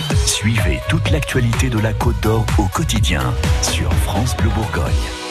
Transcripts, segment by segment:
Suivez toute l'actualité de la Côte d'Or au quotidien sur France Bleu Bourgogne.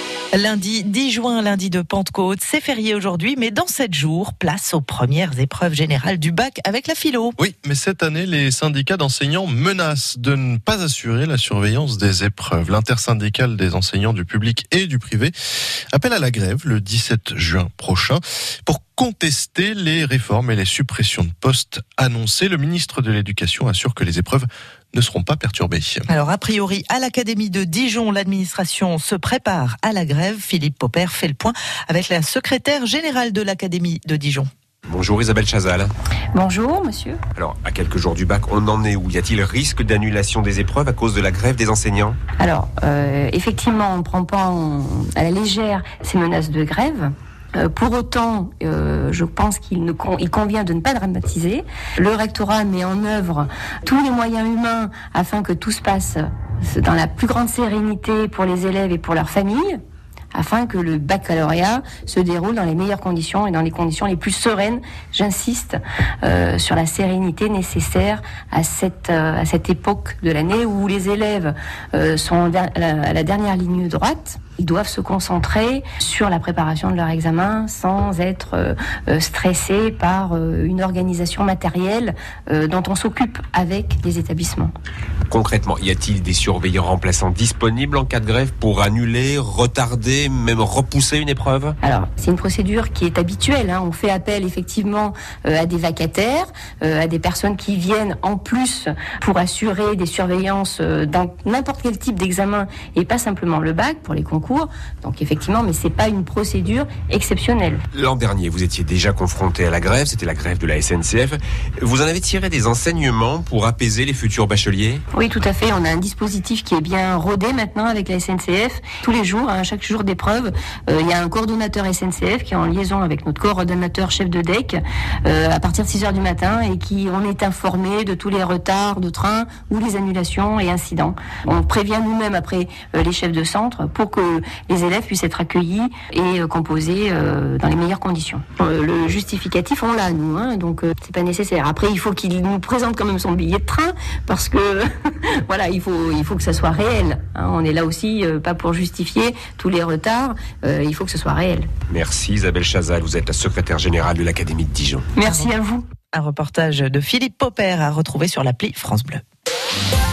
Lundi 10 juin, lundi de Pentecôte, c'est férié aujourd'hui, mais dans 7 jours, place aux premières épreuves générales du bac avec la philo. Oui, mais cette année, les syndicats d'enseignants menacent de ne pas assurer la surveillance des épreuves. L'intersyndicale des enseignants du public et du privé appelle à la grève le 17 juin prochain pour contester les réformes et les suppressions de postes annoncées. Le ministre de l'Éducation assure que les épreuves ne seront pas perturbées. Alors, a priori, à l'Académie de Dijon, l'administration se prépare à la grève. Philippe Popper fait le point avec la secrétaire générale de l'Académie de Dijon. Bonjour Isabelle Chazal. Bonjour monsieur. Alors, à quelques jours du bac, on en est où ? Y a-t-il risque d'annulation des épreuves à cause de la grève des enseignants ? Alors, effectivement, on ne prend pas à la légère ces menaces de grève. Pour autant, je pense qu'il convient de ne pas dramatiser. Le rectorat met en œuvre tous les moyens humains afin que tout se passe dans la plus grande sérénité pour les élèves et pour leurs familles, afin que le baccalauréat se déroule dans les meilleures conditions et dans les conditions les plus sereines. J'insiste sur la sérénité nécessaire à cette époque de l'année où les élèves sont à la dernière ligne droite. Ils doivent se concentrer sur la préparation de leur examen sans être stressés par une organisation matérielle dont on s'occupe avec les établissements. Concrètement, y a-t-il des surveillants remplaçants disponibles en cas de grève pour annuler, retarder, même repousser une épreuve ? Alors, c'est une procédure qui est habituelle. On fait appel effectivement à des vacataires, à des personnes qui viennent en plus pour assurer des surveillances dans n'importe quel type d'examen et pas simplement le bac pour les concours. Donc effectivement, mais c'est pas une procédure exceptionnelle. L'an dernier, vous étiez déjà confronté à la grève, c'était la grève de la SNCF. Vous en avez tiré des enseignements pour apaiser les futurs bacheliers ? Oui, tout à fait. On a un dispositif qui est bien rodé maintenant avec la SNCF. Tous les jours, chaque jour d'épreuve, il y a un coordonnateur SNCF qui est en liaison avec notre coordonnateur chef de DEC à partir de 6h du matin et on est informé de tous les retards de train ou les annulations et incidents. On prévient nous-mêmes après les chefs de centre pour que les élèves puissent être accueillis et composés dans les meilleures conditions. Le justificatif, on l'a, nous, donc c'est pas nécessaire. Après, il faut qu'il nous présente quand même son billet de train parce que voilà, il faut que ça soit réel. On est là aussi pas pour justifier tous les retards, il faut que ce soit réel. Merci Isabelle Chazal, vous êtes la secrétaire générale de l'Académie de Dijon. Merci à vous. Un reportage de Philippe Popper à retrouver sur l'appli France Bleu.